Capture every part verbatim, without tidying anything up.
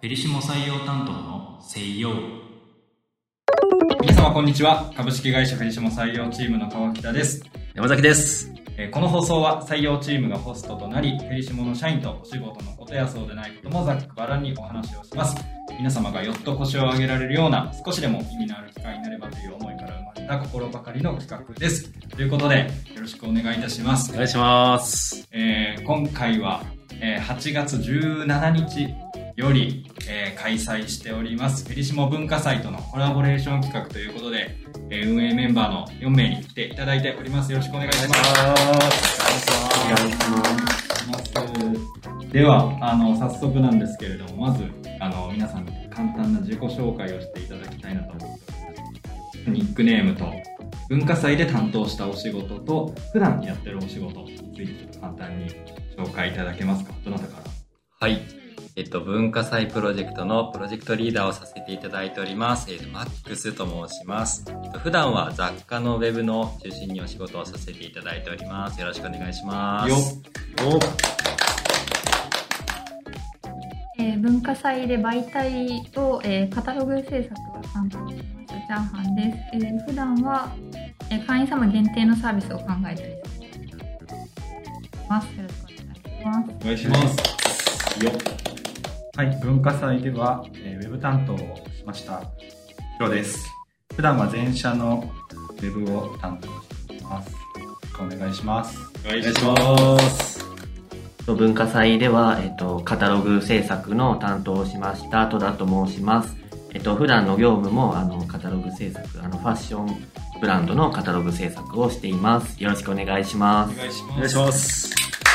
ェリシモ採用担当の採用。 皆様こんにちは。株式会社フェリシモ採用チームの川北です。 山崎です。 この放送は採用チームがホストとなり、フェリシモの社員とお仕事のことやそうでないこともざっくばらんにお話をします。皆様がよっと腰を上げられるような少しでも意味のある機会になればという思いから生まれた心ばかりの企画です。ということでよろしくお願いいたします。 お願いします。 えー、今回は、えー、はちがつじゅうしちにちより、えー、開催しておりますフェリシモ文化祭とのコラボレーション企画ということで、えー、運営メンバーのよんめいに来ていただいております。よろしくお願いします。お願いします。ではあの早速なんですけれども、まずあの皆さんに簡単な自己紹介をしていただきたいなと思っております。ニックネームと文化祭で担当したお仕事と普段やってるお仕事について簡単に紹介いただけますか。どなたから。 はい、えっと、文化祭プロジェクトのプロジェクトリーダーをさせていただいております、えっと、マックスと申します。えっと、普段は雑貨のウェブの中心にお仕事をさせていただいております。よろしくお願いします。 よっ。 おえー、文化祭で媒体と、えー、カタログ制作を担当していますチャーハンです。えー、普段は、えー、会員様限定のサービスを考えたりしています。よろしくお願いします。 お願いします。よっ。 はい、文化祭では、えー、ウェブ担当をしましたヒロです。普段は全社のウェブを担当しています。よろしくお願いします。 お願いします。 文化祭では、えっと、カタログ制作の担当をしました戸田と申します。えっと、普段の業務もあのカタログ制作、あのファッションブランドのカタログ制作をしています。よろしくお願いします。 お願いします。 お願いします。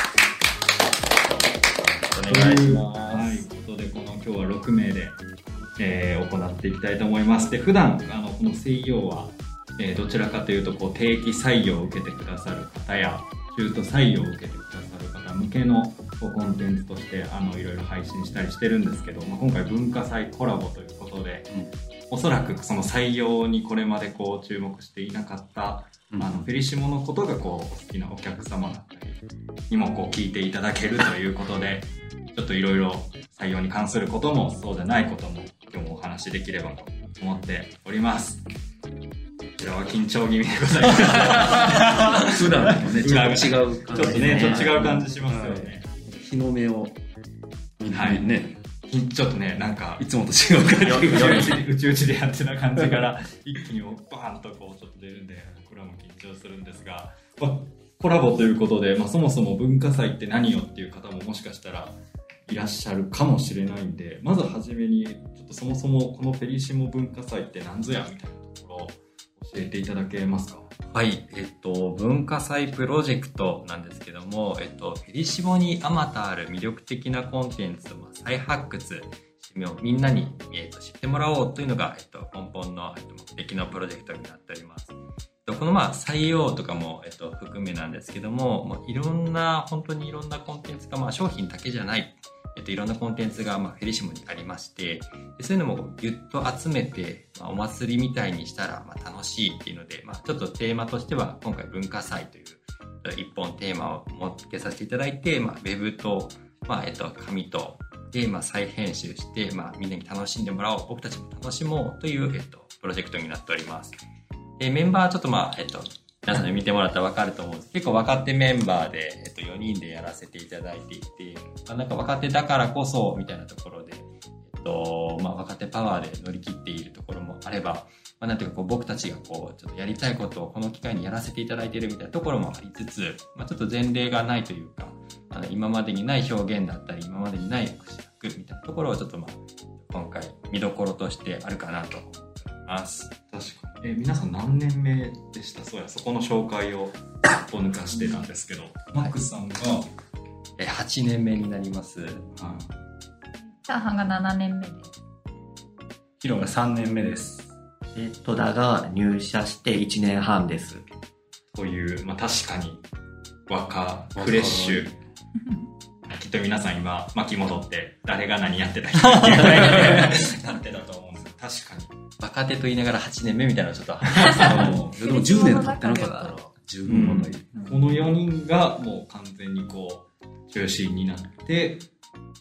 お願いします。はい、ということでこの今日はろくめいで、えー、行っていきたいと思います。で、普段あのこの採用は、えー、どちらかというとこう定期採用を受けてくださる方や中途採用を受けてくださる方向けのこうコンテンツとしてあのいろいろ配信したりしてるんですけど、まあ、今回文化祭コラボということで、うん、おそらくその採用にこれまでこう注目していなかった、うん、あのフェリシモのことがこうお好きなお客様だったりにもこう聞いていただけるということでちょっといろいろ採用に関することもそうじゃないことも今日もお話しできればと思っております。こちらは緊張気味でございます普段とねちょっと違う感じ、ね、ちょっとねちょっと違う感じしますよね。 日の目をはいね、 ちょっとねなんかいつもと違う感じうちうちでやってた感じから一気にバーンとこうちょっと出るんでこれはも緊張するんですが、まあ、コラボということで、まあ、そもそも文化祭って何よっていう方ももしかしたらいらっしゃるかもしれないんで、まずはじめにちょっとそもそもこのフェリシモ文化祭って何ぞやみたいなところを教えていただけますか。 はい、えっと、文化祭プロジェクトなんですけども、えっと、フェリシモにあまたある魅力的なコンテンツを再発掘してみよう、みんなに、えっと、知ってもらおうというのが、えっと、根本の、えっと、目的のプロジェクトになっております。このまあ採用とかも、えっと、含めなんですけども、もういろんな、本当にいろんなコンテンツが、まあ商品だけじゃない、えっと、いろんなコンテンツが、まあ、フェリシモにありまして、でそういうのもぎゅっと集めて、まあ、お祭りみたいにしたら、まあ、楽しいっていうので、まあ、ちょっとテーマとしては、今回文化祭という一本テーマを設けさせていただいて、まあ、ウェブと、まあ、えっと、紙と、で、まあ、再編集して、まあ、みんなに楽しんでもらおう、僕たちも楽しもうという、えっと、プロジェクトになっております。で、メンバーちょっとまあ、えっと、皆さんで見てもらったら分かると思うんです。結構若手メンバーで、えっと、よにんでやらせていただいていて、まあ、なんか若手だからこそ、みたいなところで、えっと、まあ、若手パワーで乗り切っているところもあれば、まあ、なんていうかこう、僕たちがこう、ちょっとやりたいことをこの機会にやらせていただいているみたいなところもありつつ、まあ、ちょっと前例がないというか、あの、今までにない表現だったり、今までにない役みたいなところをちょっとまあ、今回見どころとしてあるかなと思っております。 確かに。え、皆さん何年目でした？そうや、そこの紹介を一歩抜かしてたんですけど、マックスさんが、 え、はちねんめになります。はい。 チャーハンがななねんめです。 ヒロがさんねんめです。 で戸田が入社していちねんはんです。 という、まあ、確かに若フレッシュきっと皆さん今巻き戻って誰が何やってた人っていうぐらいなってたと思うんですけど、確かに若手と言いながらはちねんめみたいなのちょっとでもじゅうねん経ってなかったら十分若い、 うん、このよにんがもう完全にこう中心になって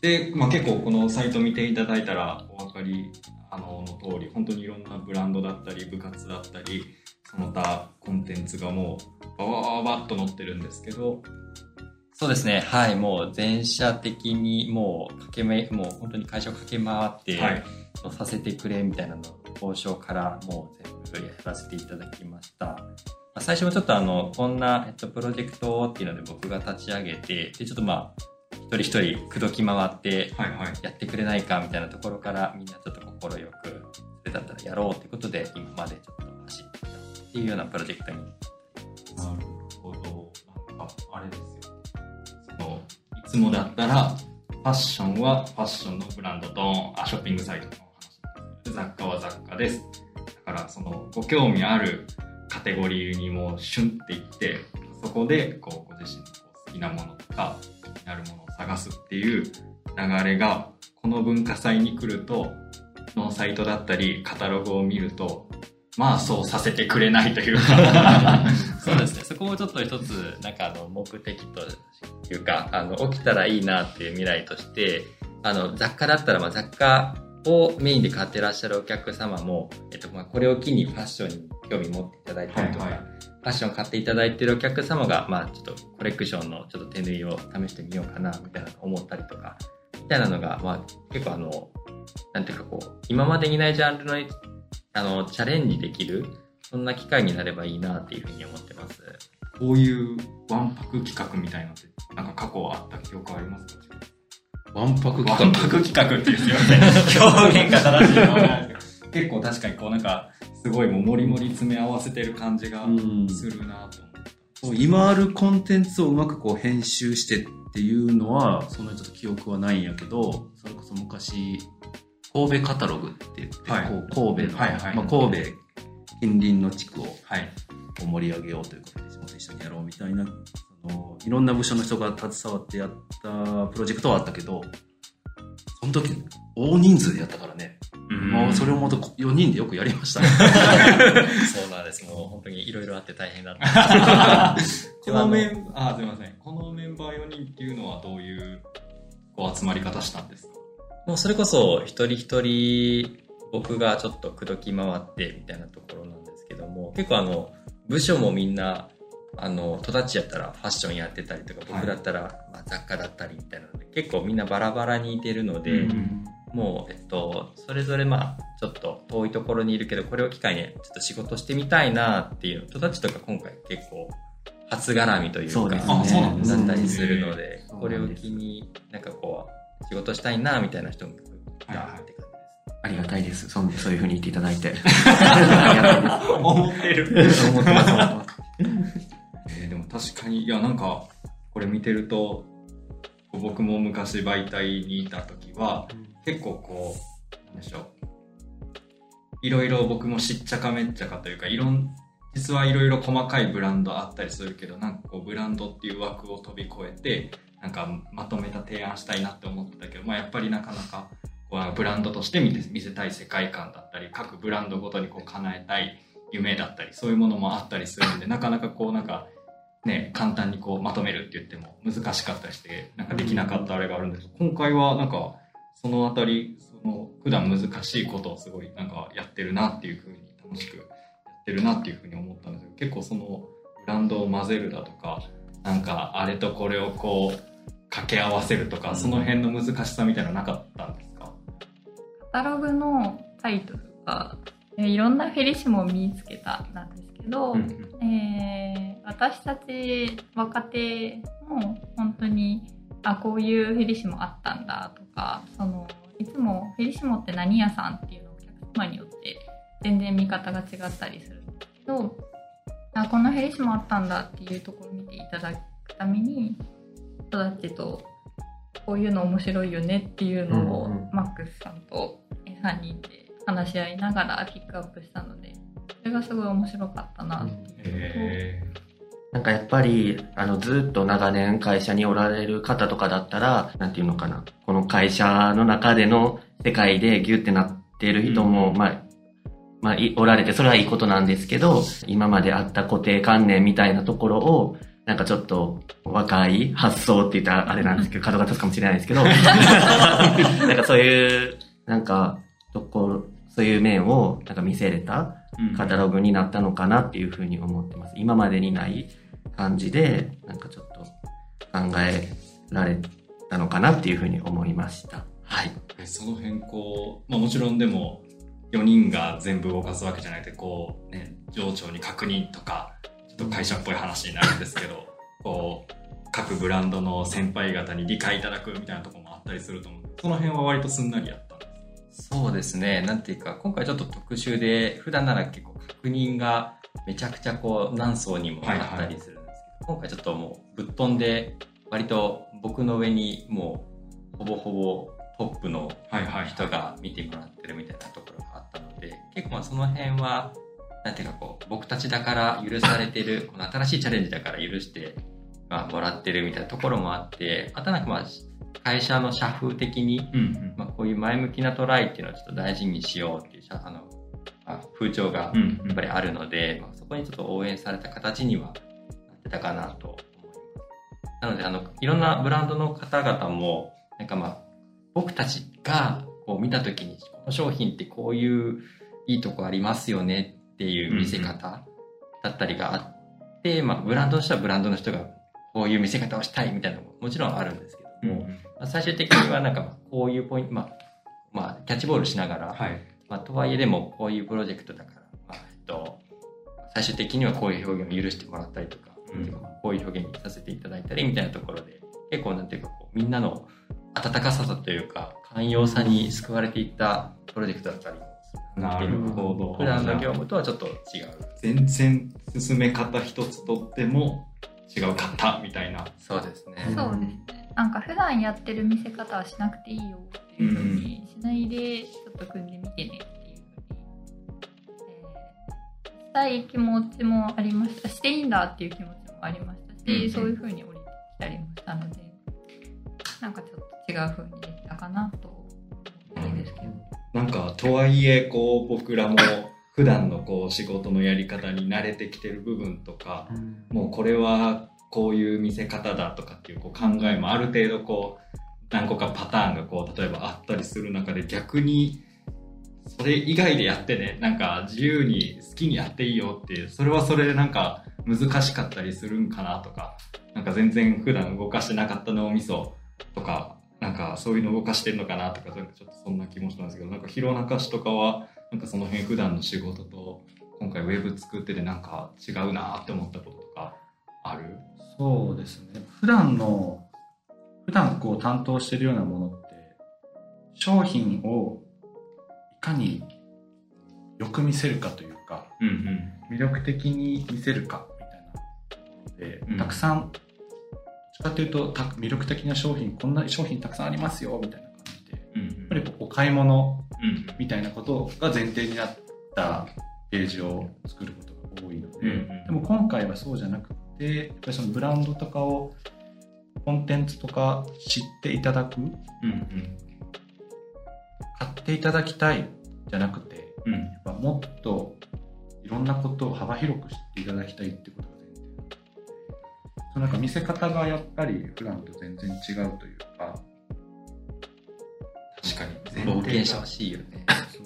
で、まあ、結構このサイト見ていただいたらお分かりあのの通り、本当にいろんなブランドだったり部活だったりその他コンテンツがもうバババババッと載ってるんですけど。 そうですね。はい。もう全社的にもう駆けめ、もう本当に会社を駆け回って、はい、させてくれみたいなの交渉からもう全部やらせていただきました。最初はちょっとあの、こんな、えっと、プロジェクトっていうので僕が立ち上げて、で、ちょっとまあ、一人一人口説き回って、やってくれないかみたいなところから、みんなちょっと心よく、それだったらやろうってことで、今までちょっと走ってきたっていうようなプロジェクトに。 なるほど。なんか、あれですよ。その、いつもだったら、ファッションはファッションのブランドドーン、あ、ショッピングサイトの話なんです。雑貨は雑貨です。だから、その、ご興味あるカテゴリーにもシュンっていって、そこで、こう、ご自身の好きなものとか、気になるものを探すっていう流れが、この文化祭に来ると、のサイトだったり、カタログを見ると、まあそうさせてくれないというかそうですね。そこをちょっと一つ、なんかあの、目的というか、あの、起きたらいいなっていう未来として、あの、雑貨だったら、まあ雑貨をメインで買ってらっしゃるお客様も、えっと、まあこれを機にファッションに興味持っていただいたりとか、はいはい、ファッションを買っていただいているお客様が、まあちょっとコレクションのちょっと手縫いを試してみようかな、みたいなのを思ったりとか、みたいなのが、まあ結構あの、なんていうかこう、今までにないジャンルのあの、チャレンジできる、そんな機会になればいいなっていうふうに思ってます。 こういうワンパク企画みたいなのって、なんか過去あった記憶ありますか？ ワンパク企画ワンパク企画ってすいません。表現が正しいのなんですけど、結構確かにこうなんか、すごいもうモリモリ詰め合わせてる感じがするなと思って。 今あるコンテンツをうまくこう編集してっていうのは、そんなにちょっと記憶はないんやけど、それこそ昔、神戸カタログって言って、はい、こう神戸の、はいはいまあ、神戸近隣の地区を盛り上げようということで、地元一緒にやろうみたいな、そのいろんな部署の人が携わってやったプロジェクトはあったけど、その時大人数でやったからね、もうそれをもとよにんでよくやりましたね。 そうなんです。もう本当にいろいろあって大変だった。 このメンあ、すいません。このメンバーよにんっていうのはどういうこう集まり方したんですか？ もうそれこそ一人一人僕がちょっと口説き回ってみたいなところなんですけども、結構あの部署もみんなあのトタッチやったらファッションやってたりとか、僕だったらまあ雑貨だったりみたいなので、結構みんなバラバラにいてるので、うん、もうえっとそれぞれまあちょっと遠いところにいるけど、これを機会にちょっと仕事してみたいなっていう、トタッチとか今回結構初絡みというか、 そうですね、だったりするので、これを機になんかこう仕事したいなみたいな人もいたって感じです。 ありがたいです。そんそういう風に言っていただいて。ありがたいです。 思ってる。 思ってます、思ってます。 えー、でも確かに、いやなんか、これ見てると、僕も昔媒体にいた時は、結構こう、なんでしょう。いろいろ僕もしっちゃかめっちゃかというか、いろん、実はいろいろ細かいブランドあったりするけど、なんかこうブランドっていう枠を飛び越えて、なんかまとめた提案したいなって思ってたけど、まあやっぱりなかなかこうブランドとして見て見せたい世界観だったり、各ブランドごとにこう叶えたい夢だったり、そういうものもあったりするんで、なかなかこうなんかね、簡単にこうまとめるって言っても難しかったりして、なんかできなかったあれがあるんですけど、今回はなんかそのあたり、その普段難しいことをすごいなんかやってるなっていう風に楽しくやってるなっていう風に思ったんですけど、結構そのブランドを混ぜるだとか、なんかあれとこれをこう掛け合わせるとか、その辺の難しさみたいなのなかったんですか？ カタログのタイトルが、えー、いろんなフェリシモを身につけたなんですけど、うんうんえー、私たち若手も本当にあこういうフェリシモあったんだとか、そのいつもフェリシモって何屋さんっていうのをお客様によって全然見方が違ったりするんですけど、あこんなフェリシモあったんだっていうところを見ていただくために、人たちとこういうの面白いよねっていうのを、うんうん、マックスさんとさんにんで話し合いながらピックアップしたので、それがすごい面白かったなっていうのと、 なんかやっぱりあのずっと長年会社におられる方とかだったら、なんていうのかな、この会社の中での世界でギュってなっている人も、うん、まあまあおられて、それはいいことなんですけど、今まであった固定観念みたいなところをなんかちょっと若い発想って言ったらあれなんですけど、角が立つかもしれないですけど、なんかそういう、なんか、とこ、そういう面をなんか見せれたカタログになったのかなっていうふうに思ってます。今までにない感じで、なんかちょっと考えられたのかなっていうふうに思いました。はい。 その辺こう、まあもちろんでもよにんが全部動かすわけじゃなくて、こうね、上長に確認とか、ちょっと会社っぽい話になるんですけど、こう、各ブランドの先輩方に理解いただくみたいなところもあったりすると思う。その辺は割とすんなりやったんです。 そうですね。なんていうか、今回ちょっと特殊で、普段なら結構確認がめちゃくちゃこう何層にもあったりするんですけど、はいはい、今回ちょっともうぶっ飛んで、割と僕の上にもうほぼほぼトップの人が見てもらってるみたいなところがあったので、結構まあその辺は、なんていうかこう、僕たちだから許されてる、この新しいチャレンジだから許して、まあ、もらってるみたいなところもあって、あとなんかまあ、会社の社風的に、うんうん、まあ、こういう前向きなトライっていうのをちょっと大事にしようっていうあの、まあ、風潮がやっぱりあるので、うんうん、まあ、そこにちょっと応援された形にはなってたかなと思います。なので、あの、いろんなブランドの方々も、なんかまあ、僕たちがこう見たときに、この商品ってこういういいとこありますよねっていう見せ方だったりがあって、うんうん、まあ、ブランドとしてはブランドの人がこういう見せ方をしたいみたいなのももちろんあるんですけども、うんうん、まあ、最終的にはなんかこういうポイント、まあ、まあ、キャッチボールしながら、はい、まあ、とはいえでもこういうプロジェクトだから、まあ、えっと、最終的にはこういう表現を許してもらったりとか、うん、こういう表現にさせていただいたりみたいなところで、結構なんていうかこう、みんなの温かさというか、寛容さに救われていったプロジェクトだったりもする。 なるほど。 普段の業務とはちょっと違う。 全然進め方一つとっても違うかったみたいな。 そうですね。 そうですね。なんか普段やってる見せ方はしなくていいよっていうふうに、しないでちょっと組んでみてねっていうふうに、えー、したい気持ちもありました。していいんだっていう気持ちもありましたし、うんうん、そういうふうに降りてきたりもしたので、なんかちょっと違う風にできたかなと思うんですけど。 なんかとはいえこう僕らも普段のこう仕事のやり方に慣れてきてる部分とか、うん、もうこれはこういう見せ方だとかっていうこう考えもある程度こう何個かパターンがこう例えばあったりする中で、逆にそれ以外でやってね、なんか自由に好きにやっていいよっていう、それはそれでなんか難しかったりするんかなとか、なんか全然普段動かしてなかった脳みそとか、なんかそういうの動かしてるのかなとか、ちょっとそんな気もしたんですけど、なんか弘中市とかはなんかその辺普段の仕事と今回ウェブ作っててなんか違うなって思ったこととかある？ そうですね。普段の普段こう担当してるようなものって商品をいかによく見せるかというか、うんうん、魅力的に見せるかみたいなので、うん、たくさんどっちかというと魅力的な商品、こんな商品たくさんありますよみたいな感じで、うんうん、やっぱりお買い物みたいなことが前提になったページを作ることが多いので、うんうん、でも今回はそうじゃなくて、やっぱりそのブランドとかをコンテンツとか知っていただく、うんうん、買っていただきたいじゃなくて、うん、やっぱもっといろんなことを幅広く知っていただきたいってことが前提なので、そのなんか見せ方がやっぱり普段と全然違うというか、 確かに冒険者欲しいよね。そうですね。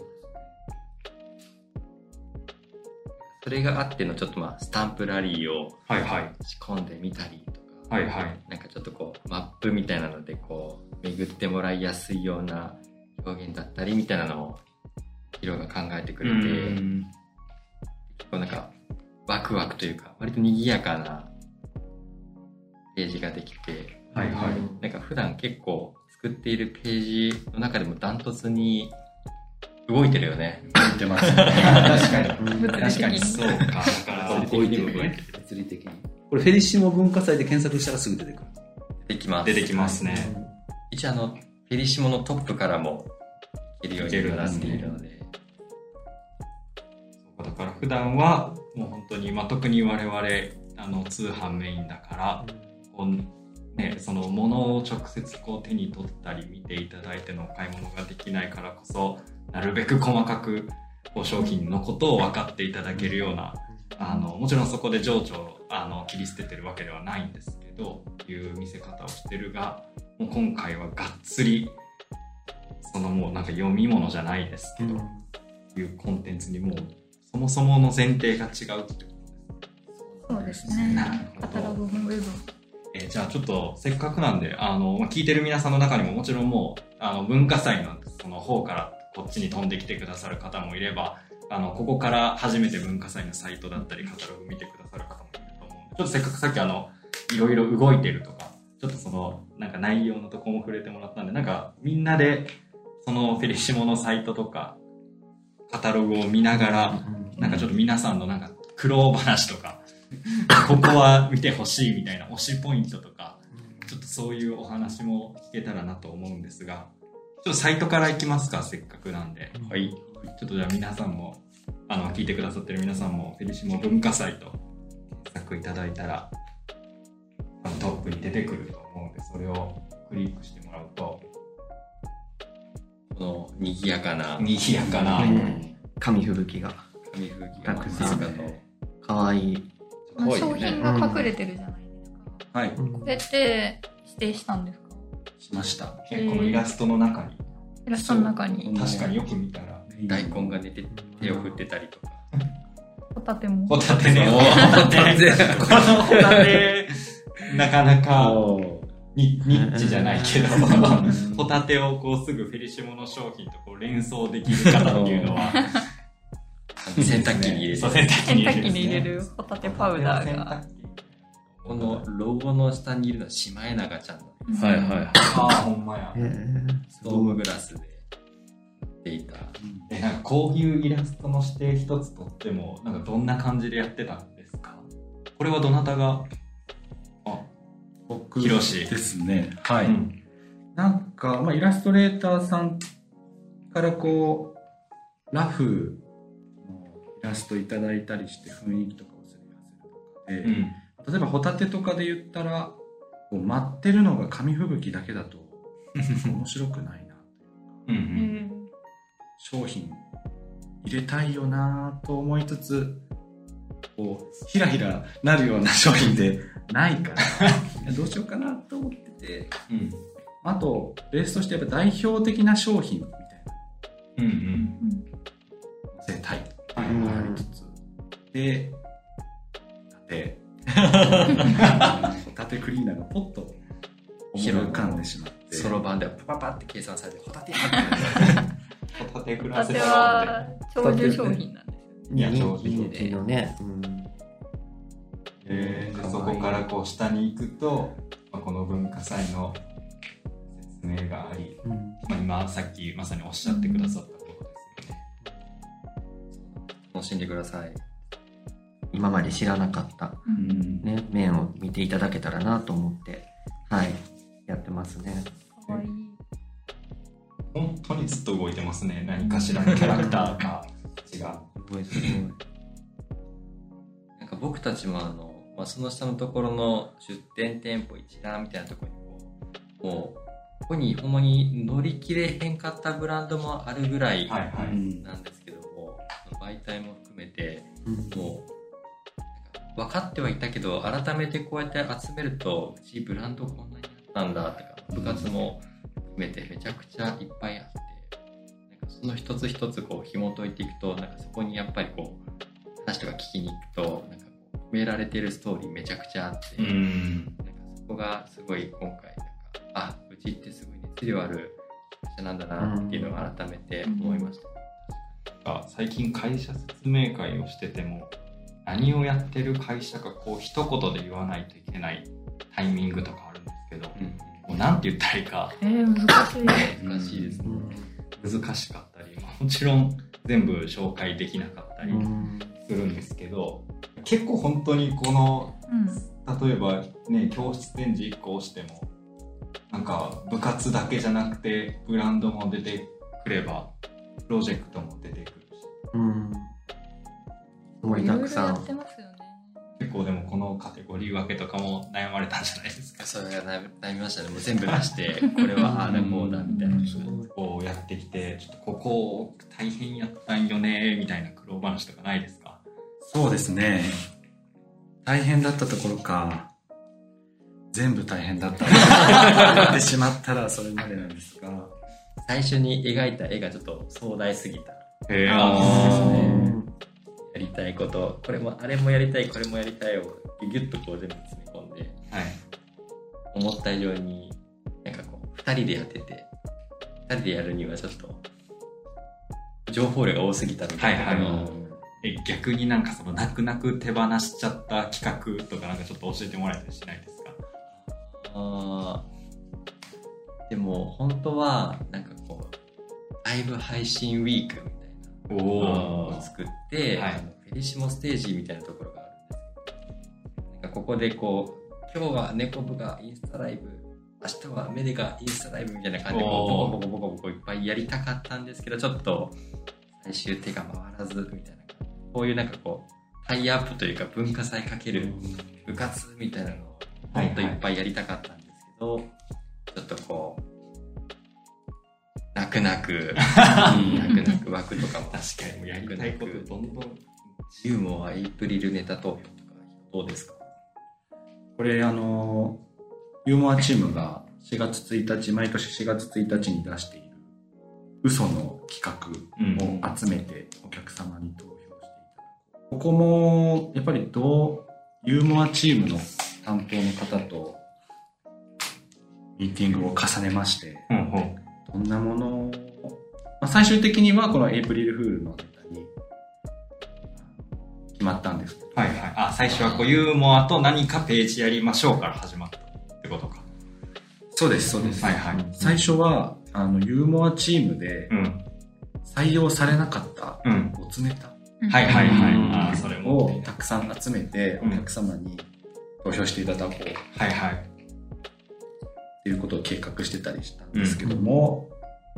それがあってのちょっとまあスタンプラリーを仕込んでみたりとか、はいはい、なんかちょっとこうマップみたいなのでこう巡ってもらいやすいような表現だったりみたいなのをヒロが考えてくれて、結構なんかワクワクというか割と賑やかなページができて、はいはい、なんか普段結構作っているページの中でもダントツに動いてるよね。 動いてますね。確かに。 確かに。 そうか。だから動いてるね。物理的に。これフェリシモ文化祭で検索したらすぐ出てくる。 出てきます。 出てきますね。 一応あのフェリシモのトップからもいけるようになっているので。 だから普段はもう本当に、まあ、特に我々あの通販メインだから、こうね、その物を直接こう手に取ったり見ていただいてのお買い物ができないからこそ、なるべく細かくこう商品のことを分かっていただけるようなあのもちろんそこで情緒をあの切り捨ててるわけではないんですけどいう見せ方をしてるが、もう今回はがっつりそのもうなんか読み物じゃないですけど、うん、いうコンテンツにもうそもそもの前提が違うってことです。 そうですね。カタログもウェブ。 えー、じゃあちょっとせっかくなんであの、まあ、聞いてる皆さんの中にももちろんもうあの文化祭のその方からこっちに飛んできてくださる方もいれば、あのここから初めて文化祭のサイトだったりカタログ見てくださる方もいると思うんで、ちょっとせっかくさっきあのいろいろ動いてるとかちょっとそのなんか内容のとこも触れてもらったんで、なんかみんなでそのフェリシモのサイトとかカタログを見ながらなんかちょっと皆さんのなんか苦労話とかここは見てほしいみたいな推しポイントとかちょっとそういうお話も聞けたらなと思うんですが、ちょっとサイトから行きますか、せっかくなんで。はい。ちょっとじゃあ皆さんもあの聞いてくださってる皆さんもフェリシモ文化祭と検索いただいたらトップに出てくると思うので、それをクリックしてもらうとこの賑やかな賑やかな、うん、 紙吹雪が紙吹雪がかわいい商品が隠れてるじゃないですか。はい。これって指定したんですか？ しました。 このイラストの中に。 イラストの中に。 確かによく見たら大根が出て手を振ってたりとか。 ホタテも。 ホタテね。ホタテ。このホタテなかなかニッチじゃないけど、ホタテをこうすぐフェリシモの商品とこう連想できる方っていうのは。 洗濯機に入れる。 そう、洗濯機に入れる、ね。 洗濯機に入れるホタテパウダーが。 このロゴの下にいるのはシマエナガちゃんなんです。 はいはいはい。ああ、ほんまや。 ストームグラスで出ていた。 え、なんかこういうイラストの指定一つとっても、なんかどんな感じでやってたんですか？これはどなたが？あ、 僕ヒロシですね。はい。うん、なんか、まあ、イラストレーターさんからこう、ラフ、イラストいただいたりして雰囲気とかをすり合わせるとかで、うん、例えばホタテとかで言ったらこう舞ってるのが紙吹雪だけだと面白くないなというか、うんうん、商品入れたいよなと思いつつこうヒラヒラなるような商品でないからどうしようかなと思ってて、うん、あとベースとしてやっぱ代表的な商品みたいな、うんうん、載せたいありつつで縦縦クリーナーがポッと思い浮かんでしまってそろばんでパパパって計算されてホタテホタテクラスホタテは長寿商品なんですよね。 いや長寿商品のね、うん、 えー、でそこからこう下に行くと、まあ、この文化祭の説明があり、うんまあ、今さっきまさにおっしゃってくださったことですよね。 楽しんでください。 今まで知らなかった、うんね、面を見ていただけたらなと思って、はい、やってますね。 かわいい。 本当にずっと動いてますね。何かしらのキャラクターが違う。すごいすごい。 なんか僕たちもあの、まあ、その下のところの出店店舗一覧みたいなところにこう、もうここにほんまに乗り切れへんかったブランドもあるぐらいなんですけども、はいはい、媒体も含めて、うん、もう分かってはいたけど改めてこうやって集めるとうちブランドこんなにあったんだとか部活も含めてめちゃくちゃいっぱいあってなんかその一つ一つこう紐解いていくとなんかそこにやっぱりこう話とか聞きに行くとなんかこう埋められてるストーリーめちゃくちゃあってうんなんかそこがすごい今回なんかあうちってすごい熱量ある会社なんだなっていうのを改めて思いました。 あ最近会社説明会をしてても何をやってる会社かこう一言で言わないといけないタイミングとかあるんですけど、うん、もうなんて言ったらいいか、 えー、難しい難しいですね、 うん、難しかったり、まあ、もちろん全部紹介できなかったりするんですけど、うん、結構本当にこの、うん、例えばね教室展示いっこ押してもなんか部活だけじゃなくてブランドも出てくればプロジェクトも出てくるし、うんすごいたくさん。 結構でもこのカテゴリー分けとかも悩まれたんじゃないですか。 それが悩みましたね。もう全部出してこれはああだこうだみたいなこうやってきてちょっとここ大変やったんよねみたいな苦労話とかないですか？ そうですね。大変だったところか、全部大変だった。ってしまったらそれまでなんですが。 最初に描いた絵がちょっと壮大すぎた。 へー。 あね、やりたいこと、これも、あれもやりたい、これもやりたいをギュッとこう全部詰め込んで、はい、思った以上に、なんかこう、二人でやってて、二人でやるにはちょっと、情報量が多すぎたみたいな。はいはい、 え逆になんかその泣く泣く手放しちゃった企画とかなんかちょっと教えてもらえたりしないですか？ あでも本当はなんかこうライブ配信ウィークみたいなのを作って、はい、フェリシモステージみたいなところがあるんですけど、なんかここでこう今日は猫部がインスタライブ、明日はメデがインスタライブみたいな感じでボコボコボコボコいっぱいやりたかったんですけど、ちょっと最終手が回らずみたいな、こういうなんかこうタイアップというか文化祭かける部活みたいなのをもっといっぱいやりたかったんですけど、はいはい、ちょっとこう泣く泣く泣く泣く枠とかも確かにやりたいことどんどんユーモアエイプリルネタ投票とかどうですか？ これあのユーモアチームがしがつついたち、毎年しがつついたちに出している嘘の企画を集めてお客様に投票していただく、うん、ここもやっぱりどうユーモアチームの担当の方とミーティングを重ねまして、うんうん、どんなものを、まあ、最終的にはこのエイプリルフールのネタに決まったんですけど、 はいはい、あ最初はこうユーモアと何かページやりましょうから始まったってことか。 そうですそうです、はいはい、最初はあのユーモアチームで採用されなかったボツネタ、 うん、はいはいはい、あそれもをたくさん集めてお客様に投票していただこう、うん、 はいはいっていうことを計画してたりしたんですけども、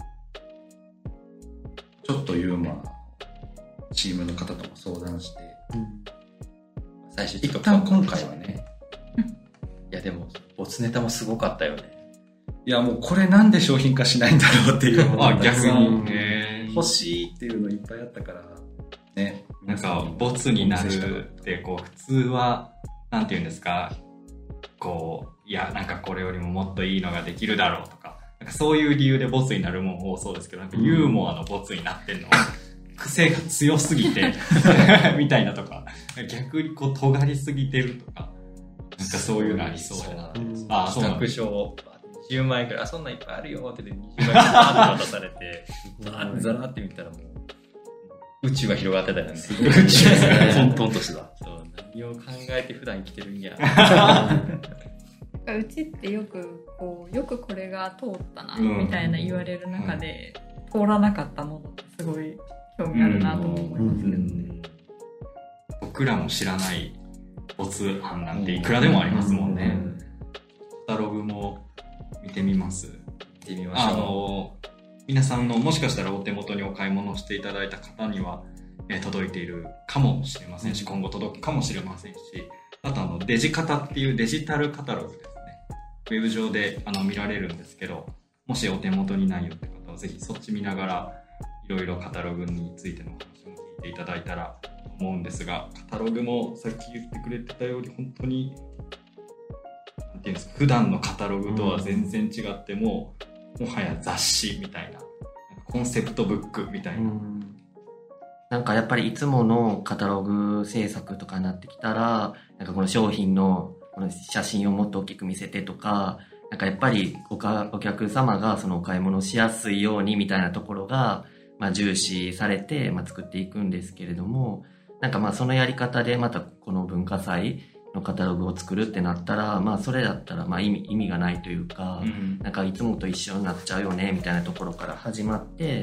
うん、ちょっとユーモアチームの方とも相談して、うん、 最初一旦今回はねいやでもボツネタもすごかったよね。 いやもうこれなんで商品化しないんだろうっていうのが逆に欲しいっていうのいっぱいあったからね。 なんかボツになるってこう普通はなんていうんですか、こういやなんかこれよりももっといいのができるだろうとか、なんかそういう理由でボツになるもん多そうですけど、なんかユーモアのボツになってんのは、うん、癖が強すぎてみたいなとか、逆にこう尖りすぎてるとか、なんかそういうのありそうやな。 あ、そうなんです。企画書にじゅうまいくらい、あ、そんなんいっぱいあるよって言ってにじゅうまいくらい渡されて、ザラって見たらもう、宇宙が広がってたよね。宇宙が混沌としてた。そう、何を考えて普段生きてるんや。 うちってよく、こう、よくこれが通ったな、みたいな言われる中で、通らなかったものってすごい興味あるなと思いますけどね。 僕らも知らないボツ案なんていくらでもありますもんね。カタログも見てみます。 見てみましょう。 あの皆さんのもしかしたらお手元にお買い物していただいた方には、え届いているかもしれませんし、今後届くかもしれませんし、あとあのデジカタっていうデジタルカタログですね。ウェブ上であの見られるんですけど、もしお手元にないよって方はぜひそっち見ながらいろいろカタログについてのお話も聞いていただいたらと思うんですが、カタログもさっき言ってくれてたように本当になんていうんですか、普段のカタログとは全然違っても、うん、もはや雑誌みたいな、コンセプトブックみたいな、うん、 なんかやっぱりいつものカタログ制作とかになってきたら、なんかこの商品のこの写真をもっと大きく見せてとか、なんかやっぱり お, かお客様がそのお買い物しやすいようにみたいなところが、まあ、重視されて、まあ、作っていくんですけれども、なんかまあそのやり方でまたこの文化祭のカタログを作るってなったら、まあそれだったらまあ意味、意味がないというか、うん、なんかいつもと一緒になっちゃうよねみたいなところから始まって、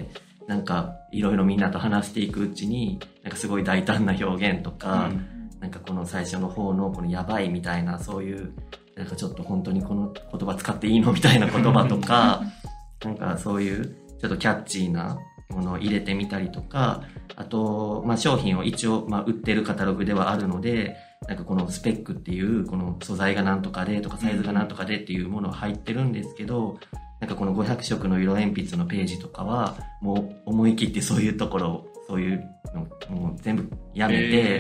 なんかいろいろみんなと話していくうちに、なんかすごい大胆な表現とか、うん、なんかこの最初の方のこのやばいみたいな、そういうなんかちょっと本当にこの言葉使っていいのみたいな言葉とかなんかそういうちょっとキャッチーなものを入れてみたりとか、あと、まあ、商品を一応、まあ、売ってるカタログではあるので、なんかこのスペックっていうこの素材がなんとかでとかサイズがなんとかでっていうものは入ってるんですけど、なんかこのごひゃくしょくの色鉛筆のページとかはもう思い切ってそういうところをそういうのもう全部やめて、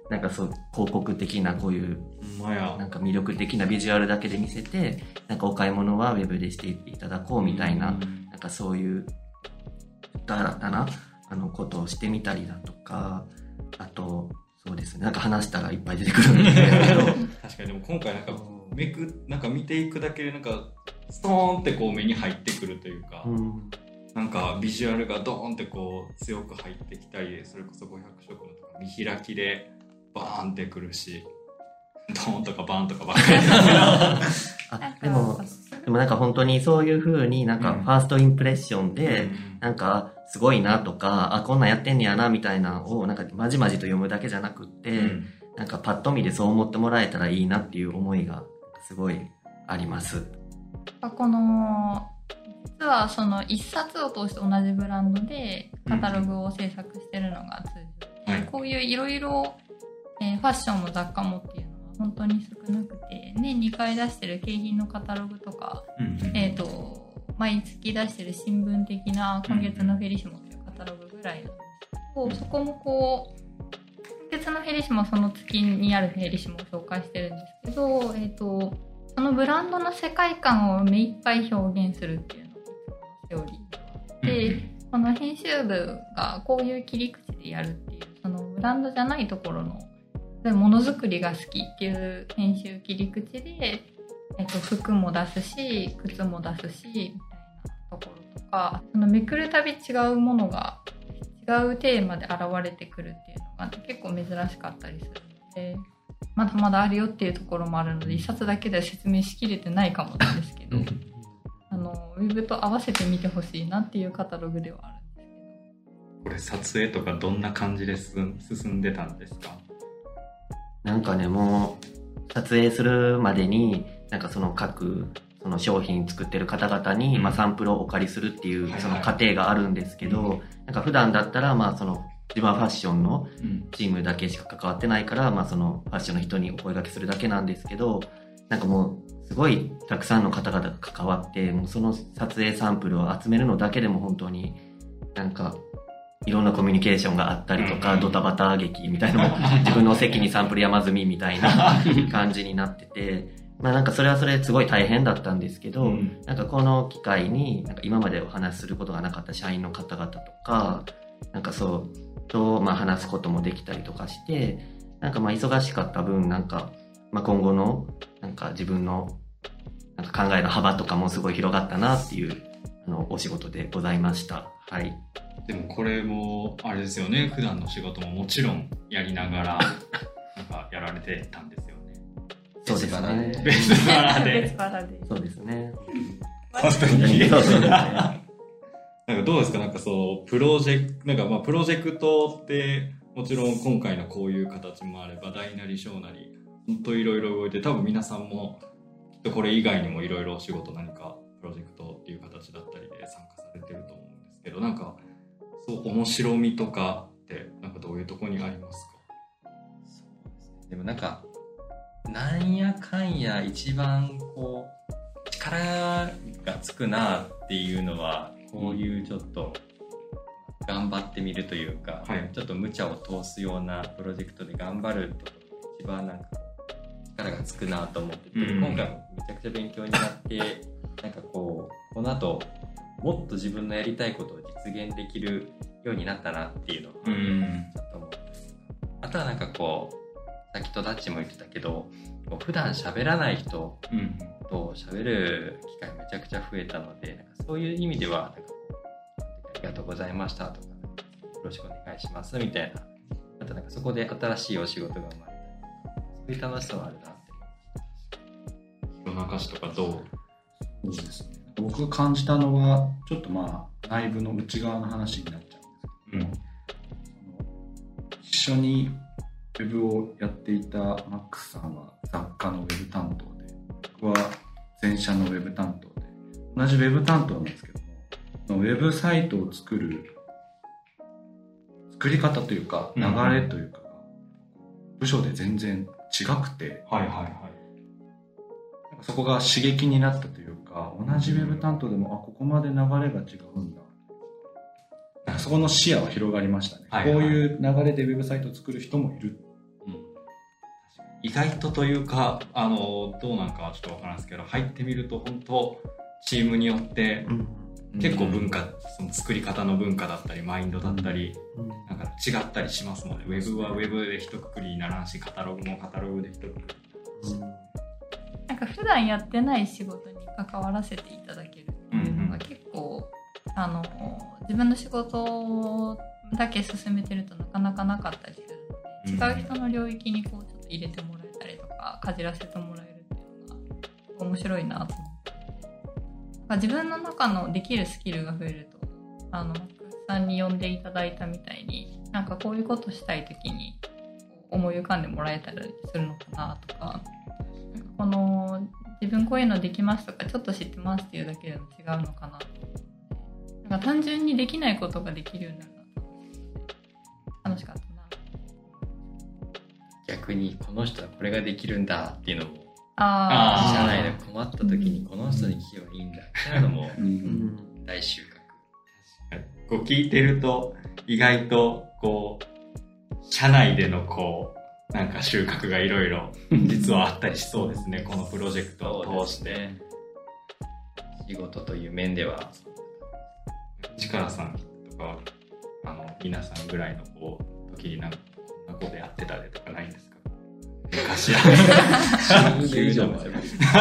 なんかそう広告的なこういうなんか魅力的なビジュアルだけで見せて、なんかお買い物はウェブでしていただこうみたいな、なんかそういう新たなあのことをしてみたりだとか、あとそうですね、なんか話したらいっぱい出てくるんですけど確かにでも今回なんかめくなんか見ていくだけでなんかストーンってこう目に入ってくるというか、うん、なんかビジュアルがドーンってこう強く入ってきたり、それこそごひゃくしょくのとか見開きでバーンってくるし、ドーンとかバーンとかばっかりあでもでもなんか本当にそういう風になんかファーストインプレッションで、うん、なんかすごいなとか、あこんなんやってんねやなみたいなのをなんかまじまじと読むだけじゃなくって、うん、なんかパッと見でそう思ってもらえたらいいなっていう思いがすごいあります。 この実はその一冊を通して同じブランドでカタログを制作してるのが通常、うん、こういういろいろファッションも雑貨もっていうのは本当に少なくて、年にかい出してる景品のカタログとか、うんうん、えーと毎月出してる新聞的な今月のフェリシモというカタログぐらいなんですけど、うん、そこもこう今月のフェリシモその月にあるフェリシモを紹介してるんですけど、えーとそのブランドの世界観を目いっぱい表現するっていうのがセオリーで、うん、この編集部がこういう切り口でやるっていう、そのブランドじゃないところのものづくりが好きっていう編集切り口で、えっと、服も出すし靴も出すしみたいなところとか、そのめくるたび違うものが違うテーマで現れてくるっていうのが結構珍しかったりするので、まだまだあるよっていうところもあるので一冊だけでは説明しきれてないかもなんですけどあのウェブと合わせて見てほしいなっていうカタログではあるんですけど。 これ撮影とかどんな感じで進んでたんですか？ なんかね、もう撮影するまでになんかその各その商品作ってる方々に、まあ、サンプルをお借りするっていうその過程があるんですけど、なんか普段だったらまあその自分はファッションのチームだけしか関わってないから、まあそのファッションの人にお声掛けするだけなんですけど、なんかもうすごいたくさんの方々が関わって、もうその撮影サンプルを集めるのだけでも本当になんかいろんなコミュニケーションがあったりとか、ドタバタ劇みたいなのも自分の席にサンプル山積みみたいな感じになってて、まあなんかそれはそれすごい大変だったんですけど、なんかこの機会になんか今までお話しすることがなかった社員の方々とか、なんかそうとまあ話すこともできたりとかして、なんかまあ忙しかった分なんかまあ今後のなんか自分のなんか考えの幅とかもすごい広がったなっていうあのお仕事でございました。はい。 でもこれもあれですよね、普段の仕事ももちろんやりながらなんかやられてたんですよね。 そうですね。 別腹で。 別腹で。 そうですね。 本当に。そうそうですね。なんかどうですか、なんかそうプロジェクなんかまあプロジェクトってもちろん今回のこういう形もあれば大なり小なり本当いろいろ動いて、多分皆さんもきっとこれ以外にもいろいろお仕事何かプロジェクトっていう形だったりで参加されてると思うんですけど、なんかそう面白みとかってなんかどういうところにありますか？ そうですね。でもなんかなんやかんや一番こう力がつくなっていうのはこういうちょっと頑張ってみるというか、はい、ちょっと無茶を通すようなプロジェクトで頑張るってことが一番なんか力がつくなと思ってて、うん、今回もめちゃくちゃ勉強になってなんかこうこの後もっと自分のやりたいことを実現できるようになったなっていうのをちょっと思って、あとはなんかこうさっきとダッチも言ってたけど、こう普段喋らない人と喋る機会めちゃくちゃ増えたので、なんかそういう意味ではなんかこうありがとうございましたとか、よろしくお願いしますみたいな、あとなんかそこで新しいお仕事が生まれたりとか、そういう楽しさはあるなって思いました。弘中市とかどう？ そうですね。僕が感じたのはちょっとまあ内部の内側の話になっちゃうんですけど、うん、一緒にウェブをやっていたマックスさんは雑貨のウェブ担当で、僕は全社のウェブ担当で、同じウェブ担当なんですけども、ウェブサイトを作る作り方というか流れというか、うん、部署で全然違くて、 はいはいはい、 そこが刺激になったというか、同じウェブ担当でも、あ、ここまで流れが違うんだ。そこの視野は広がりましたね。はいはい、こういう流れでウェブサイトを作る人もいる。 意外とというか、あの、どうなんかはちょっとわからないですけど、入ってみると本当、チームによって、結構文化、その作り方の文化だったり、マインドだったり、なんか違ったりしますもんね。ウェブはウェブで一括りにならんし、カタログもカタログで一括り。 なんか普段やってない仕事に関わらせていただけるっていうのが結構、あの、自分の仕事だけ進めてるとなかなかなかったりするので、違う人の領域にこうちょっと入れてもらえたりとか、かじらせてもらえるっていうのが面白いなと思って。自分の中のできるスキルが増えると、あの、マックスさんに呼んでいただいたみたいに、なんかこういうことしたいときに思い浮かんでもらえたりするのかなとか、この自分こういうのできますとかちょっと知ってますっていうだけでも違うのかなと。なんか単純にできないことができるようになるな。楽しかったな。 逆にこの人はこれができるんだっていうのも、 あ社内で困った時にこの人に聞けばいいんだみたいなのも大収穫。 こう聞いてると意外とこう社内でのこうなんか収穫がいろいろ実はあったりしそうですね。このプロジェクトを通して、ね、 仕事という面では力さんとかあの皆さんぐらいのこう時になんかこんなことやってたりとかないんですか？昔はじゅうねん以上前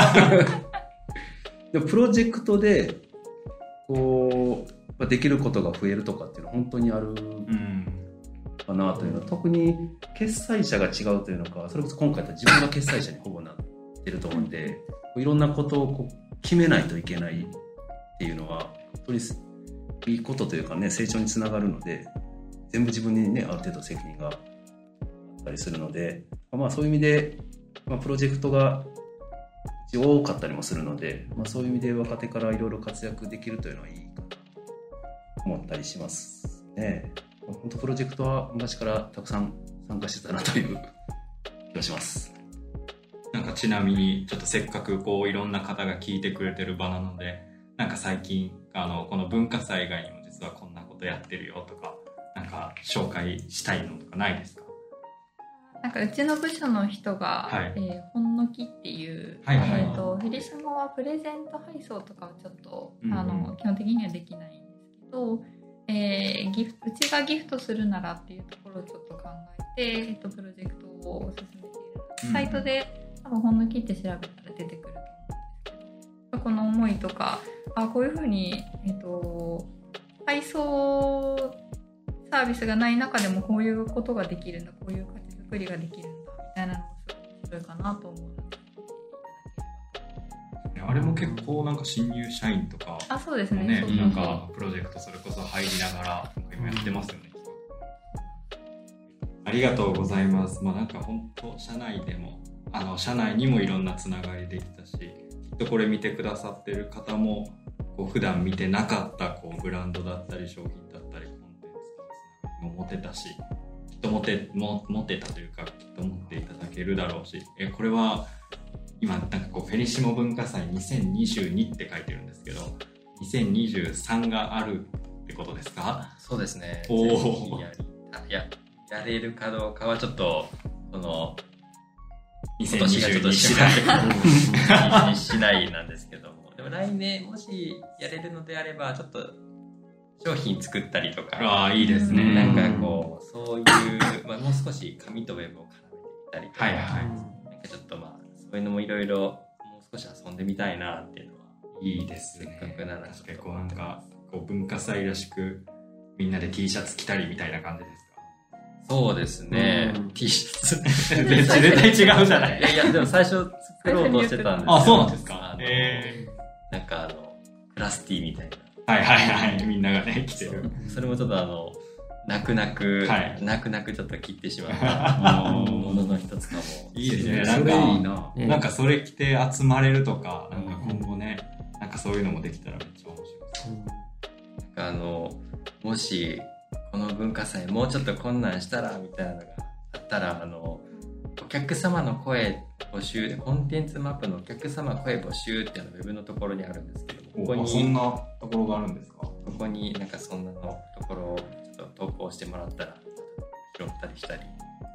でもプロジェクトでこうできることが増えるとかっていうのは本当にあるかなというのは、特に決済者が違うというのか、それこそ今回は自分が決済者にほぼなってると思うんで、いろんなことをこう決めないといけないっていうのは本当にいいことというかね、成長につながるので、全部自分にねある程度責任があったりするので、まあそういう意味で、まあ、プロジェクトが多かったりもするので、まあ、そういう意味で若手からいろいろ活躍できるというのはいいかなと思ったりしますね。本当プロジェクトは昔からたくさん参加してたなという気がします。 なんかちなみにちょっとせっかくこういろんな方が聞いてくれてる場なので、なんか最近あのこの文化祭以外にも実はこんなことやってるよとか、なんか紹介したいのとかないですか？ なんかうちの部署の人が、はい、えー、ほんのきっていう、はいはい、えーと、フェリシモはプレゼント配送とかはちょっと、うん、あの基本的にはできないんですけど、えー、ギフトうちがギフトするならっていうところをちょっと考えて、えーと、プロジェクトを進めている、うん、サイトで多分ほんのきって調べたら出てくると思うんですけど、この思いとか、あこういうふうに、えーと、配送サービスがない中でもこういうことができるんだ、こういう価値作りができるんだみたいなのがすごい面白いかなと思う。 あれも結構なんか新入社員とか、 あ、そうですね。 ね、なんかプロジェクトそれこそ入りながらなんか今やってますよね。ありがとうございます。まあなんか本当社内でもあの社内にもいろんなつながりできたし、きっとこれ見てくださってる方もこう普段見てなかったこうブランドだったり商品だったりコンテンツのつながりも持てたし、きっと持ても持てたというかきっと持っていただけるだろうし、えこれは今なんかこうフェリシモ文化祭にせんにじゅうにって書いてるんですけど、にせんにじゅうさんがあるってことですか？ そうですね。 おお。やややれるかどうかはちょっとこのにせんにじゅうにしないしないなんですけども、でも来年もしやれるのであればちょっと商品作ったりとか、 ああいいですね。 なんかこうそういうまあもう少し紙とウェブを絡めてみたりとか、はいはい。なんかちょっとまあそういうのもいろいろもう少し遊んでみたいなっていうのはいいですね。 せっかくなら確かにこうなんかこう文化祭らしくみんなで T シャツ着たりみたいな感じですか？ そうですね。T シャツ絶対違うじゃない。 いやいやでも最初作ろうとしてたんですけど。 あ、そうなんですか。 えー、なんかあのクラス T みたいな。 はいはいはい。みんながね着てる。 そ, それもちょっとあの泣く泣く、はい、泣く泣くちょっと切ってしまったものの一つかも。 いいですね。なんかいいな。なんかそれ着て集まれるとか、なんか今後ね、なんかそういうのもできたらめっちゃ面白いです。 なんかあのもしこの文化祭もうちょっと困難したらみたいなのがあったら、あのお客様の声募集でコンテンツマップのお客様声募集っていうのウェブのところにあるんですけど、 ここにそんなところがあるんですか？ ここになんかそんなのところをちょっと投稿してもらったら拾ったりしたり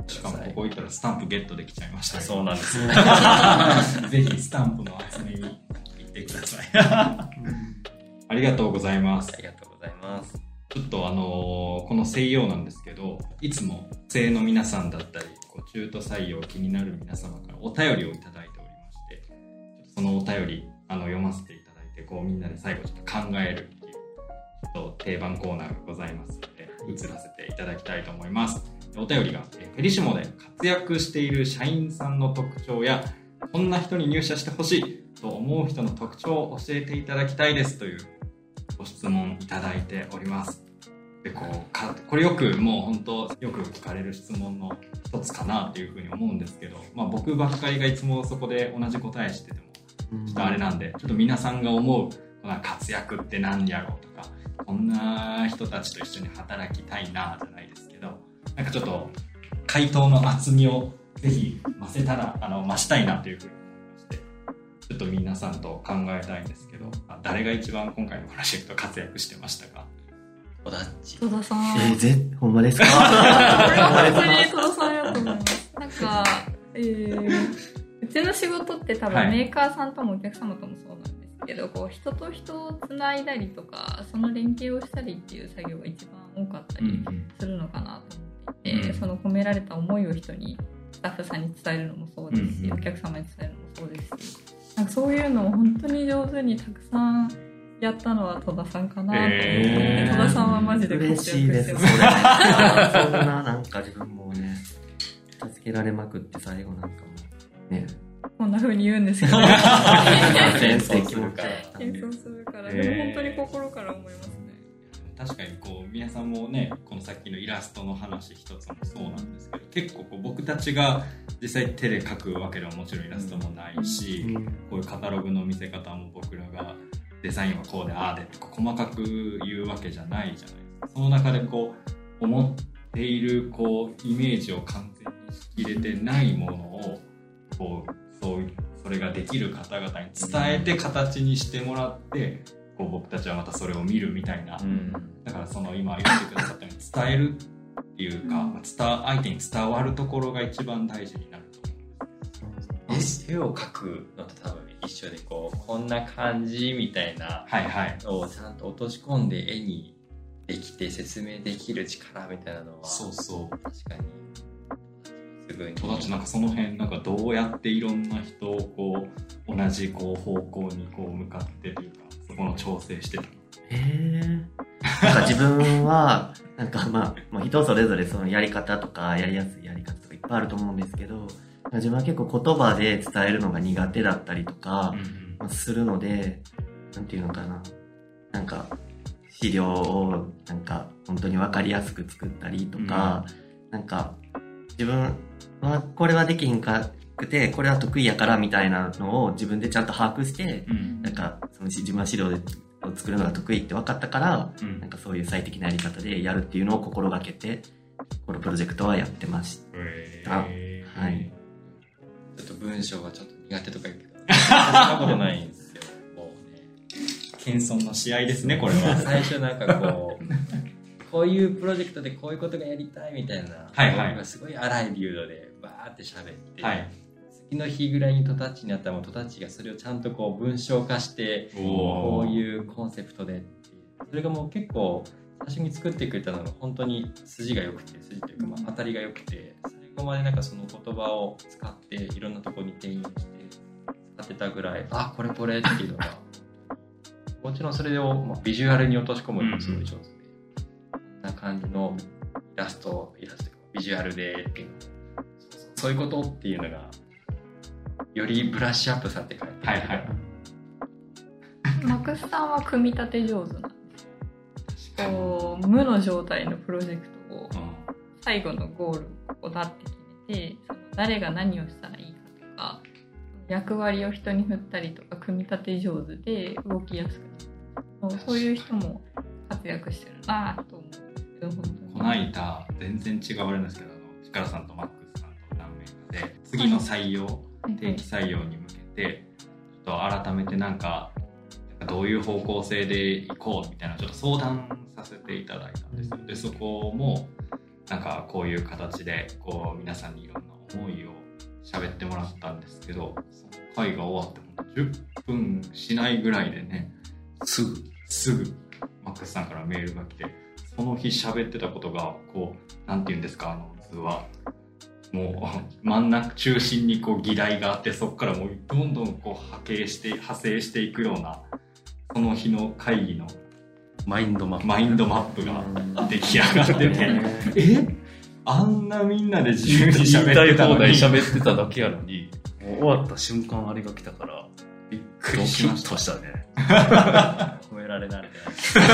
しかもここ行ったらスタンプゲットできちゃいました、ね、 そうなんですよ。 ぜひスタンプの集めに行ってください。ありがとうございます。 ありがとうございます。 ちょっとあのー、この西洋なんですけど、いつも生の皆さんだったり、こう中途採用気になる皆様からお便りをいただいておりまして、ちょっとそのお便りあの読ませていただいて、こうみんなで最後ちょっと考えるっていうちょっと定番コーナーがございますので、移らせていただきたいと思います。お便りがフェリシモで活躍している社員さんの特徴や、こんな人に入社してほしいと思う人の特徴を教えていただきたいですというご質問いただいております。でこうかこれよくもう本当よく聞かれる質問の一つかなっていうふうに思うんですけど、まあ、僕ばっかりがいつもそこで同じ答えしててもちょっとあれなんで、ちょっと皆さんが思うこの活躍って何やろうとか、こんな人たちと一緒に働きたいなじゃないですけど、なんかちょっと回答の厚みをぜひ増せたらあの増したいなというふうに思いまして、ちょっと皆さんと考えたいんですけど、誰が一番今回のプロジェクト活躍してましたか？ 戸田っち。 戸田さん。 えー、ぜほんまですか？ これは本当に戸田さんやと思います。なんか、えー、うちの仕事って多分メーカーさんともお客様ともそうなんですけど、こう人と人をつないだりとか、その連携をしたりっていう作業が一番多かったりするのかなと思っていて、うんうん、その込められた思いを人に、スタッフさんに伝えるのもそうですし、うんうん、お客様に伝えるのもそうですし、なんかそういうのを本当に上手にたくさんやったのは戸田さんかなと思って、えー、戸田さんはマジで活躍してます。嬉しいです。そんななんか自分もね、助けられまくって最後なんかもね、 こんな風に言うんですけど、 謙遜するから。 謙遜するから、でも本当に心から思いますね。 確かにこう皆さんもね、このさっきのイラストの話一つもそうなんですけど、結構こう僕たちが実際手で描くわけではもちろんイラストもないし、うん、こういうカタログの見せ方も僕らがデザインはこうでああでとか細かく言うわけじゃないじゃないですか。その中でこう思っているこうイメージを完全に仕入れてないものをこうそうそれができる方々に伝えて形にしてもらって、こう僕たちはまたそれを見るみたいな、うん、だからその今言ってくださったように伝えるっていうか、うん、伝相手に伝わるところが一番大事になると思うんです。 絵を描くのと多分一緒で、こうこんな感じみたいなのをちゃんと落とし込んで絵にできて説明できる力みたいなのは、 そうそう確かにすぐに友達なんかその辺なんかどうやっていろんな人をこう同じこう方向にこう向かってというか、そこの調整してたの。 へー。なんか自分はなんかまあ、まあ、人それぞれそのやり方とかやりやすいやり方とかいっぱいあると思うんですけど、自分は結構言葉で伝えるのが苦手だったりとか、うんまあ、するので、なんていうのかな、なんか資料をなんか本当に分かりやすく作ったりとか、うん、なんか自分はこれはできひんかくてこれは得意やからみたいなのを自分でちゃんと把握して、うん、なんかその自分は資料を作るのが得意って分かったから、うん、なんかそういう最適なやり方でやるっていうのを心がけてこのプロジェクトはやってました。 へー、 はい。 ちょっと文章がちょっと苦手とか言うけど、そんなことないんですよ。もうね、 謙遜の試合ですね、これは。 最初なんかこう、こういうプロジェクトでこういうことがやりたいみたいな、 はいはい、 僕がすごい荒い流度でバーって喋って、 はい、 次の日ぐらいにトタッチになったらもうトタッチがそれをちゃんとこう文章化して、こういうコンセプトでっていう、それがもう結構最初に作ってくれたのが本当に筋が良くて、筋というかまあ当たりが良くて、最後までなんかその言葉を使っていろんなところに転用して使ってたぐらい、あ、これこれっていうのがもちろんそれをビジュアルに落とし込むのもすごい上手で、こんな感じのイラストイラストビジュアルでっていうの、そういうことっていうのがよりブラッシュアップされて帰ってくる。 はいはい。 マクスさんは組み立て上手なんです。こう無の状態のプロジェクトを最後のゴールをだって決めて、その誰が何をしたらいいかとか、役割を人に振ったりとか組み立て上手で動きやすくなる。そういう人も活躍してるなと思うんですけど、本当に。 この間全然違うあれなんですけど、チカラさんとマックスさんと何名かで次の採用、はい、定期採用に向けてちょっと改めてなんかどういう方向性でいこうみたいなちょっと相談させていただいたんですよ。でそこもなんかこういう形でこう皆さんにいろんな思いを喋ってもらったんですけど、その会が終わってもじゅっぷんしないぐらいでね、 すぐすぐマックスさんからメールが来て、その日喋ってたことがこうなんていうんですか、あの図はもう真ん中中心にこう議題があって、そこからもうどんどんこう派生して派生していくような、その日の会議のマインドマップマインドマップが出来上がっててえあんなみんなで自由に喋ってたのに、 言いたい放題喋ってただけやのに、もう終わった瞬間あれが来たからびっくりしました。 ドキッとしたね。 褒められ慣れて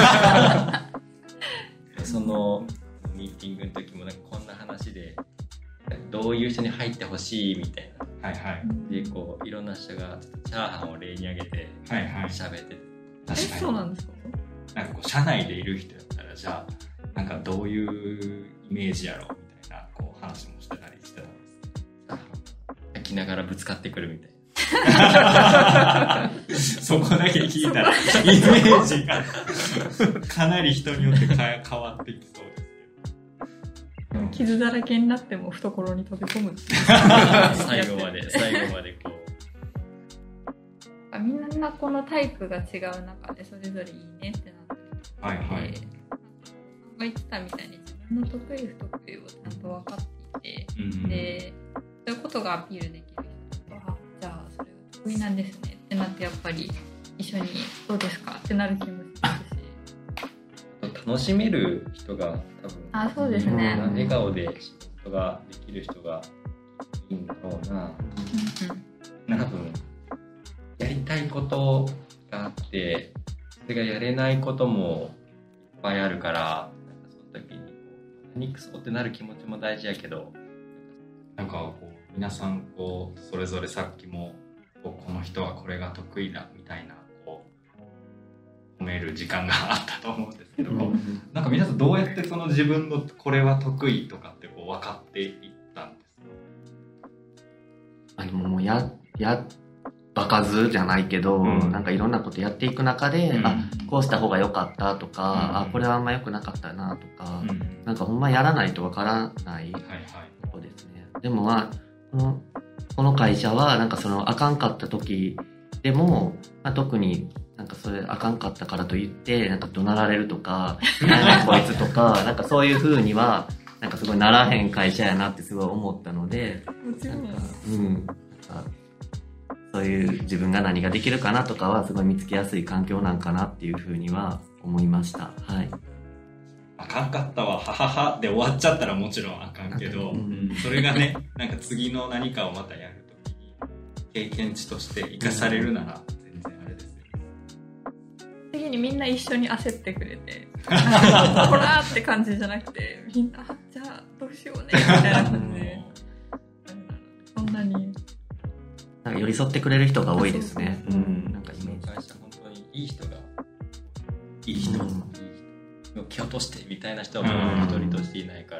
ないそのミーティングの時もなんかこんな話でどういう人に入ってほしいみたいな、 はいはい、 でこういろんな人がチャーハンを例に挙げてはいはい喋ってて、 確かにそうなんですか。 なんかこう社内でいる人やったら、じゃあなんかどういうイメージやろみたいなこう話もしてたりしてたんです焼きながらぶつかってくるみたいなそこだけ聞いたらイメージがかなり人によって変わってきそうですけど、 傷だらけになっても懐に飛び込む最後まで最後までこうみんなこのタイプが違う中でそれぞれいいねってなってる、 はいはい、 なんかが言ってたみたいに自分の得意不得意をちゃんと分かっていて、うん、でそういうことがアピールできる人はじゃあそれが得意なんですねってなって、やっぱり一緒にどうですかってなる気もしますし、楽しめる人が多分あそうですね、 笑顔で仕事ができる人がいいんだろうな、うん、多分やりたいことがあってそれがやれないこともいっぱいあるから、なんかその時にこう何クソってなる気持ちも大事やけど、 なんかこう皆さんこうそれぞれさっきもこうこの人はこれが得意だみたいなこう褒める時間があったと思うんですけど、うん、なんか皆さんどうやってその自分のこれは得意とかってこう分かっていったんですか？ あでももうやや場数じゃないけど、うん、なんかいろんなことやっていく中で、うん、あこうした方が良かったとか、うん、あこれはあんま良くなかったなとか、うん、なんかほんまやらないとわからないとこですね、はいはい、でもまあこのこの会社はなんかそのあかんかった時でも、まあ、特になんかそれあかんかったからといってなんか怒鳴られるとかなんかこいつとかなんかそういう風にはなんかすごいならへん会社やなってすごい思ったので、なんかうんなんかそういう自分が何ができるかなとかはすごい見つけやすい環境なんかなっていうふうには思いました。はい。 あかんかったわはははで終わっちゃったらもちろんあかんけど、うん、それがねなんか次の何かをまたやるときに経験値として生かされるなら全然あれですよ。 次にみんな一緒に焦ってくれてほらーって感じじゃなくて、みんなじゃあどうしようねみたいな感じでそんなになんか寄り添ってくれる人が多いですね。うん、なんかイメージ。 会社本当にいい人がいい人、うん、いい人を蹴落としてみたいな人はもう一人としていないから。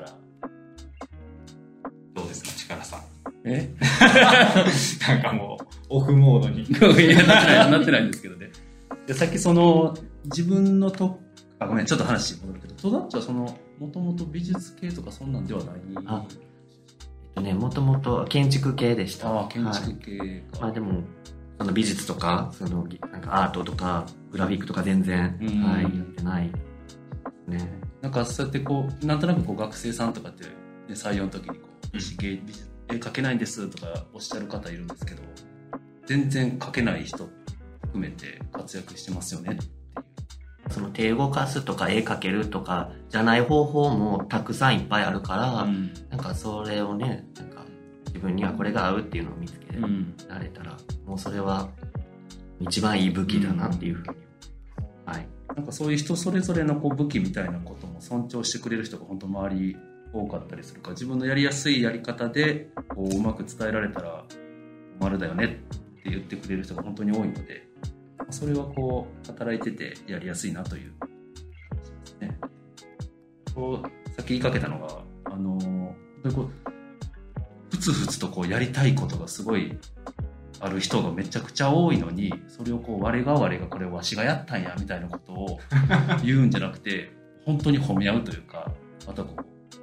どうですか力さん。 え？ なんかもうオフモードに。 いやなってないなってないんですけどね。でさっきその自分のとあごめんちょっと話戻るけど、トダッチはそのもともと美術系とかそんなんではない。 あね、もともと建築系でした。 ああ、建築系か。はい、 まあでも、その美術とか、そのなんかアートとか、グラフィックとか全然、はい、やってないね。 なんかそうやってこう、なんとなくこう学生さんとかって、ね、採用の時にこう、私芸美術、絵描けないんですとかおっしゃる方いるんですけど、全然描けない人含めて活躍してますよね。 その手動かすとか絵描けるとかじゃない方法もたくさんいっぱいあるから、うん、なんかそれをねなんか自分にはこれが合うっていうのを見つけられたら、うん、もうそれは一番いい武器だなっていうふうに、うん、はい。 なんかそういう人それぞれのこう武器みたいなことも尊重してくれる人が本当周り多かったりするから、自分のやりやすいやり方でこううまく伝えられたら丸だよねって言ってくれる人が本当に多いので、それはこう働いててやりやすいなという感じですね。こうさっき言いかけたのがあのこうふつふつとこうやりたいことがすごいある人がめちゃくちゃ多いのに、それをこう我が我がこれわしがやったんやみたいなことを言うんじゃなくて本当に褒め合うというか、またこう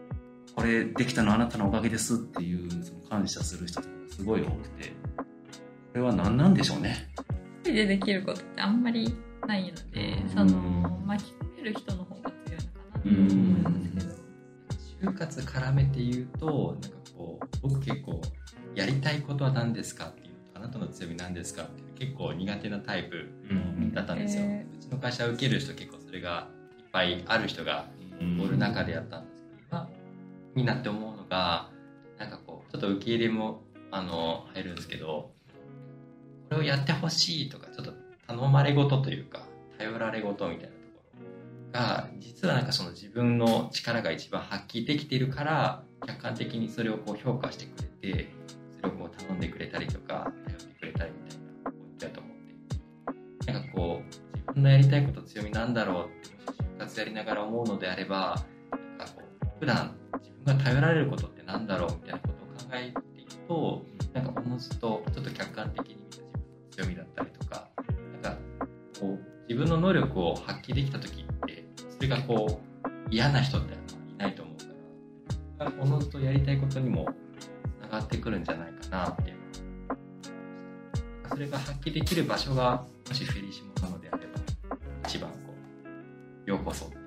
これできたのあなたのおかげですっていうその感謝する人とかすごい多くて、これは何なんでしょうね。 一人でできることってあんまりないので、その巻き込める人の方が強いのかなと思うんですけど、 就活絡めて言うと、なんかこう僕結構やりたいことは何ですかっていうと、あなたの強み何ですかって結構苦手なタイプだったんですよ。うちの会社受ける人結構それがいっぱいある人がおる中でやったんですけど、今になって思うのが、なんかこうちょっと受け入れもあの入るんですけど、これをやってほしいとかちょっと頼まれ事というか頼られ事みたいなところが、実はなんかその自分の力が一番発揮できているから、客観的にそれをこう評価してくれて、それをこう頼んでくれたりとか頼ってくれたりみたいなポイントだと思って、なんかこう自分のやりたいこと強みなんだろうって、もし就活やりながら思うのであれば、なんかこう普段自分が頼られることってなんだろうみたいなことを考えていくと、なんかおのずとちょっと客観的に見た自分の強みだったりとか、なんかこう自分の能力を発揮できた時って、それがこう嫌な人っていないと思うから、おのずとやりたいことにもつながってくるんじゃないかなっていう。それが発揮できる場所がもしフェリシモなのであれば、一番こうようこそっていう。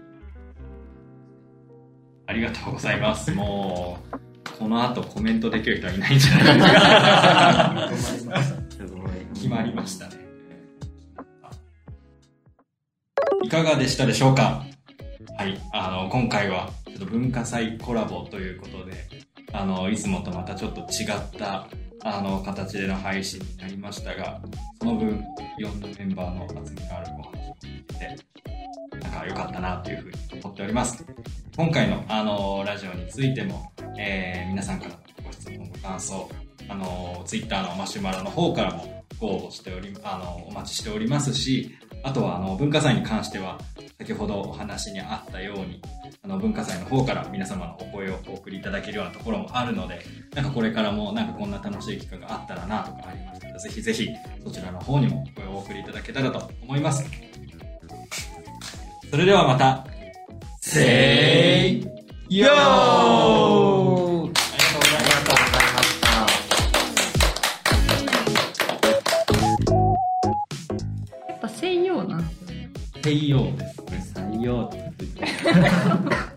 ありがとうございます。もうこの後コメントできる人はいないんじゃないですか。決まりましたね。いかがでしたでしょうか。はい、あの今回はちょっと文化祭コラボということで、あのいつもとまたちょっと違ったあの形での配信になりましたが、その分いろんなメンバーの厚みがあるお話を聞いて、なんか良かったなというふうに思っております。今回のあのラジオについても、えー、皆さんからのご質問ご感想、あのツイッターのマシュマロの方からもご応募しておりあのお待ちしておりますし、あとはあの文化祭に関しては先ほどお話にあったように、あの文化祭の方から皆様のお声をお送りいただけるようなところもあるので、なんかこれからもなんかこんな楽しい企画があったらなとかありましたら、ぜひぜひそちらの方にもお声をお送りいただけたらと思います。それではまた、せーよー。ありがとうございまやっぱ西洋なんですよね。 す。せいようです。 採用って言って